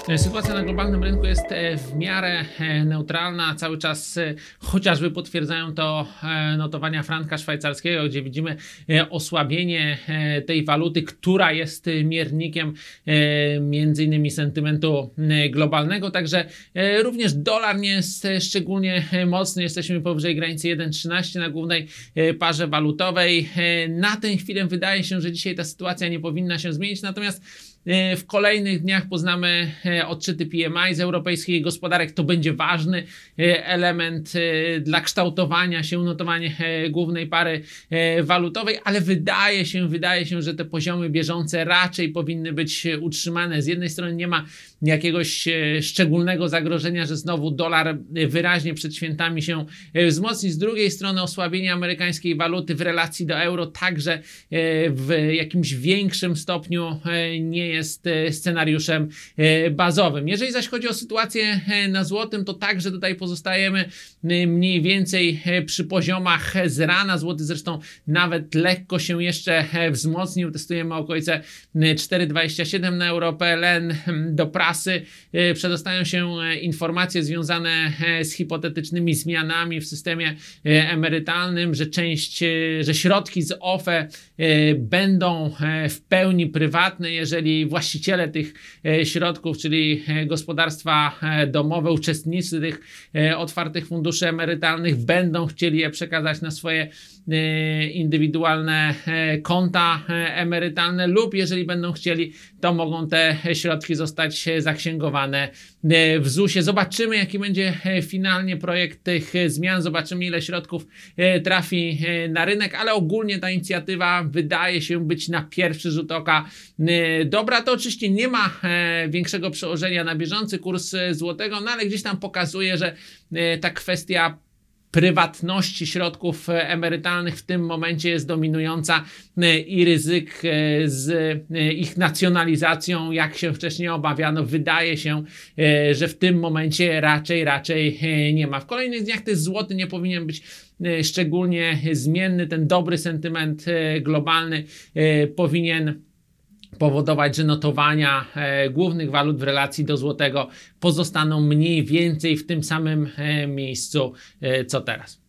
Sytuacja na globalnym rynku jest w miarę neutralna. Cały czas chociażby potwierdzają to notowania franka szwajcarskiego, gdzie widzimy osłabienie tej waluty, która jest miernikiem między innymi sentymentu globalnego. Także również dolar nie jest szczególnie mocny. Jesteśmy powyżej granicy 1,13 na głównej parze walutowej. Na tę chwilę wydaje się, że dzisiaj ta sytuacja nie powinna się zmienić. Natomiast w kolejnych dniach poznamy odczyty PMI z europejskich gospodarek. To będzie ważny element dla kształtowania się, notowania głównej pary walutowej, ale wydaje się, że te poziomy bieżące raczej powinny być utrzymane. Z jednej strony nie ma jakiegoś szczególnego zagrożenia, że znowu dolar wyraźnie przed świętami się wzmocni. Z drugiej strony osłabienie amerykańskiej waluty w relacji do euro także w jakimś większym stopniu nie jest scenariuszem bazowym. Jeżeli zaś chodzi o sytuację na złotym, to także tutaj pozostajemy mniej więcej przy poziomach z rana. Złoty zresztą nawet lekko się jeszcze wzmocnił. Testujemy okolice 4,27 na euro PLN. Do prasy przedostają się informacje związane z hipotetycznymi zmianami w systemie emerytalnym, że środki z OFE będą w pełni prywatne, jeżeli właściciele tych środków, czyli gospodarstwa domowe, uczestnicy tych otwartych funduszy emerytalnych będą chcieli je przekazać na swoje indywidualne konta emerytalne lub jeżeli będą chcieli, to mogą te środki zostać zaksięgowane w ZUS-ie. Zobaczymy, jaki będzie finalnie projekt tych zmian, zobaczymy, ile środków trafi na rynek, ale ogólnie ta inicjatywa wydaje się być na pierwszy rzut oka dobra. To oczywiście nie ma większego przełożenia na bieżący kurs złotego, no ale gdzieś tam pokazuje, że ta kwestia prywatności środków emerytalnych w tym momencie jest dominująca i ryzyk z ich nacjonalizacją, jak się wcześniej obawiano, wydaje się, że w tym momencie raczej nie ma. W kolejnych dniach też złoty nie powinien być szczególnie zmienny. Ten dobry sentyment globalny powinien powodować, że notowania głównych walut w relacji do złotego pozostaną mniej więcej w tym samym miejscu co teraz.